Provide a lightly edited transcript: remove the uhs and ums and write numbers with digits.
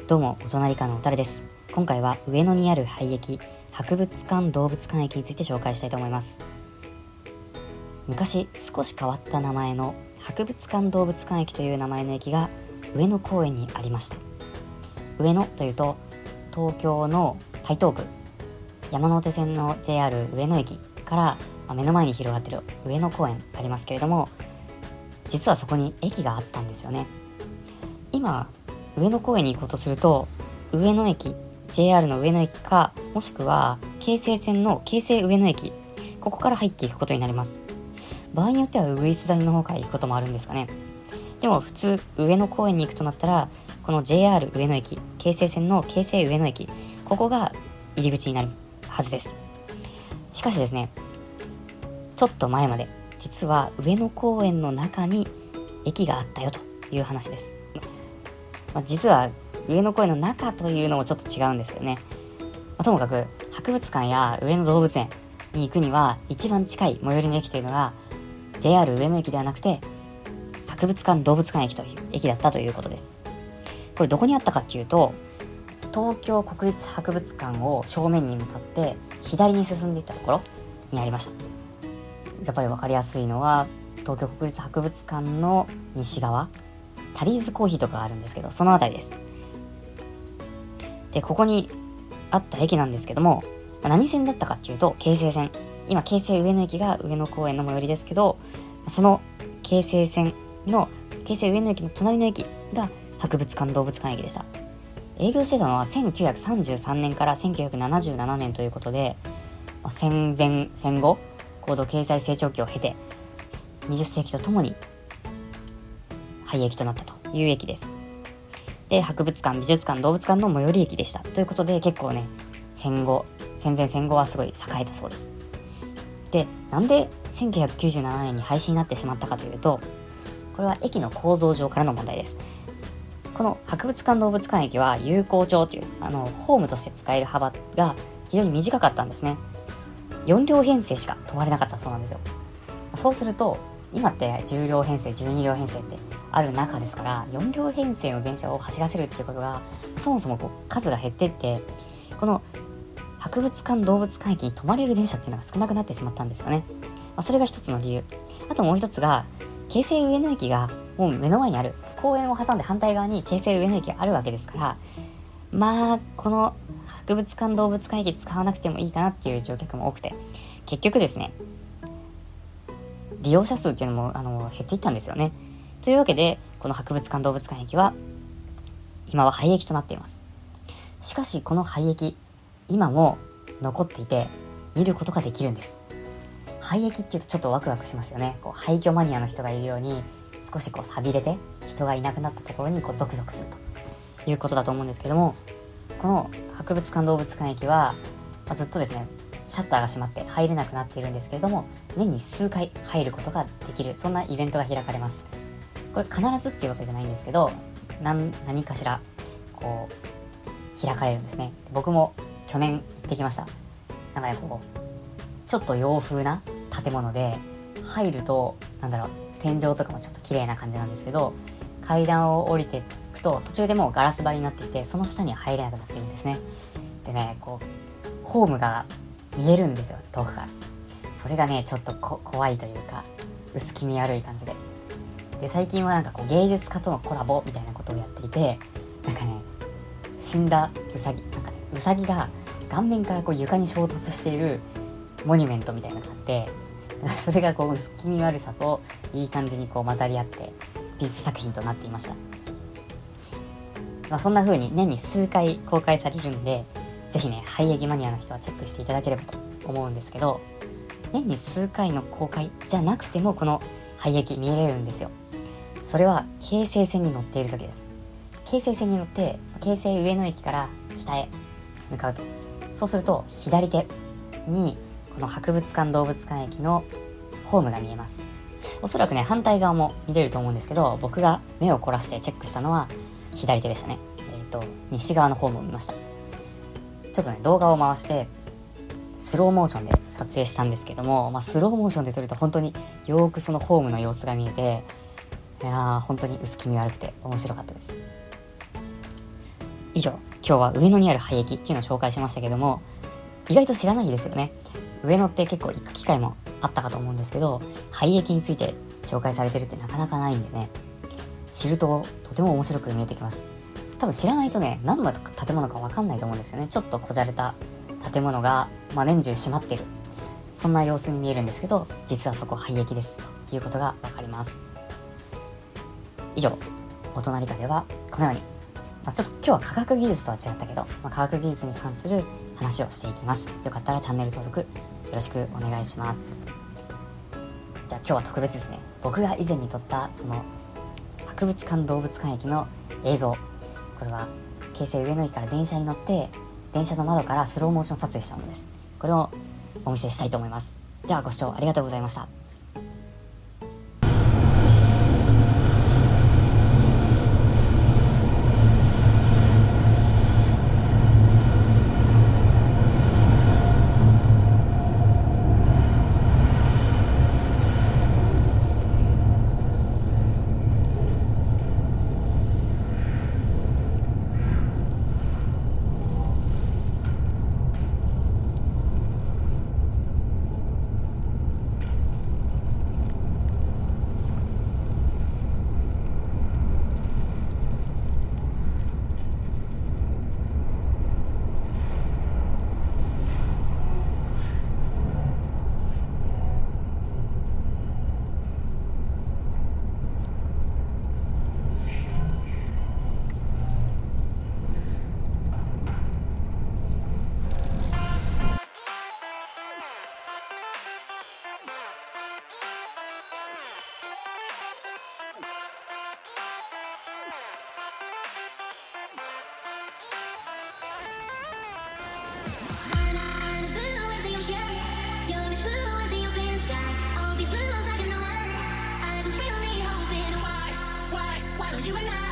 どうも、お隣課のおたるです。今回は上野にある廃駅、博物館動物館駅について紹介したいと思います。昔少し変わった名前の博物館動物館駅という名前の駅が上野公園にありました。上野というと東京の台東区、山手線の JR 上野駅から目の前に広がっている上野公園ありますけれども、実はそこに駅があったんですよね。今上野公園に行こうとすると、上野駅、 JR の上野駅か、もしくは京成線の京成上野駅、ここから入っていくことになります。場合によってはウグイス谷の方から行くこともあるんですかね。でも普通上野公園に行くとなったら、この JR 上野駅、京成線の京成上野駅、ここが入り口になるはずです。しかしですね、ちょっと前まで実は上野公園の中に駅があったよという話です。実は上野公園の中というのもちょっと違うんですけどね。ともかく博物館や上野動物園に行くには一番近い最寄りの駅というのが JR 上野駅ではなくて博物館動物館駅という駅だったということです。これどこにあったかっていうと、東京国立博物館を正面に向かって左に進んでいったところにありました。やっぱり分かりやすいのは東京国立博物館の西側、タリーズコーヒーとかがあるんですけど、そのあたりです。で、ここにあった駅なんですけども、何線だったかっていうと京成線。今京成上野駅が上野公園の最寄りですけど、その京成線の京成上野駅の隣の駅が博物館動物館駅でした。営業してたのは1933年から1977年ということで、戦前戦後高度経済成長期を経て20世紀とともに廃駅となったという駅です。で、博物館、美術館、動物館の最寄り駅でしたということで、結構ね、戦前戦後はすごい栄えたそうです。で、なんで1997年に廃止になってしまったかというと、これは駅の構造上からの問題です。この博物館動物館駅は有効町というホームとして使える幅が非常に短かったんですね。4両編成しか止まれなかったそうなんですよ。そうすると今って10両編成、12両編成ってある中ですから、4両編成の電車を走らせるっていうことがそもそも数が減っていって、この博物館動物館駅に止まれる電車っていうのが少なくなってしまったんですよね。それが一つの理由。あともう一つが、京成上野駅がもう目の前にある、公園を挟んで反対側に京成上野駅があるわけですから、この博物館動物館駅使わなくてもいいかなっていう乗客も多くて、結局ですね、利用者数っていうのも減っていったんですよね。というわけで、この博物館動物館駅は今は廃駅となっています。しかしこの廃駅、今も残っていて見ることができるんです。廃駅っていうとちょっとワクワクしますよね。廃墟マニアの人がいるように、少し寂れて人がいなくなったところにゾクゾクするということだと思うんですけども、この博物館動物館駅は、ずっとですね、シャッターが閉まって入れなくなっているんですけれども、年に数回入ることができる、そんなイベントが開かれます。これ必ずっていうわけじゃないんですけど、何かしら開かれるんですね。僕も去年行ってきました。ちょっと洋風な建物で、入ると天井とかもちょっと綺麗な感じなんですけど、階段を降りていくと途中でもうガラス張りになっていて、その下には入れなくなっているんですね。でね、ホームが見えるんですよ、遠くから。それがね、ちょっと怖いというか、薄気味悪い感じで。で、最近は芸術家とのコラボみたいなことをやっていて、死んだウサギ、ウサギが顔面から床に衝突しているモニュメントみたいなのがあって、それが薄気味悪さといい感じに混ざり合って美術作品となっていました。そんな風に年に数回公開されるんで、ぜひね、廃駅マニアの人はチェックしていただければと思うんですけど、年に数回の公開じゃなくてもこの廃駅見れるんですよ。それは京成線に乗っている時です。京成線に乗って京成上野駅から北へ向かうと、そうすると左手にこの博物館動物館駅のホームが見えます。おそらくね、反対側も見れると思うんですけど、僕が目を凝らしてチェックしたのは左手でしたね。西側のホームを見ました。ちょっとね、動画を回してスローモーションで撮影したんですけども、スローモーションで撮ると本当によーくそのホームの様子が見えて、本当に薄気味悪くて面白かったです。 以上、今日は上野にある廃駅っていうのを紹介しましたけども、意外と知らないですよね。上野って結構行く機会もあったかと思うんですけど、廃駅について紹介されてるってなかなかないんでね、知るととても面白く見えてきます。多分知らないとね、何の建物か分かんないと思うんですよね。ちょっとこじゃれた建物が、年中閉まってる、そんな様子に見えるんですけど、実はそこ廃駅ですということが分かります。以上、大人理科ではこのように、ちょっと今日は科学技術とは違ったけど、科学技術に関する話をしていきます。よかったらチャンネル登録よろしくお願いします。じゃあ今日は特別ですね。僕が以前に撮ったその博物館動物館駅の映像、これは京成上野駅から電車に乗って電車の窓からスローモーション撮影したものです。これをお見せしたいと思います。ではご視聴ありがとうございました。 You and I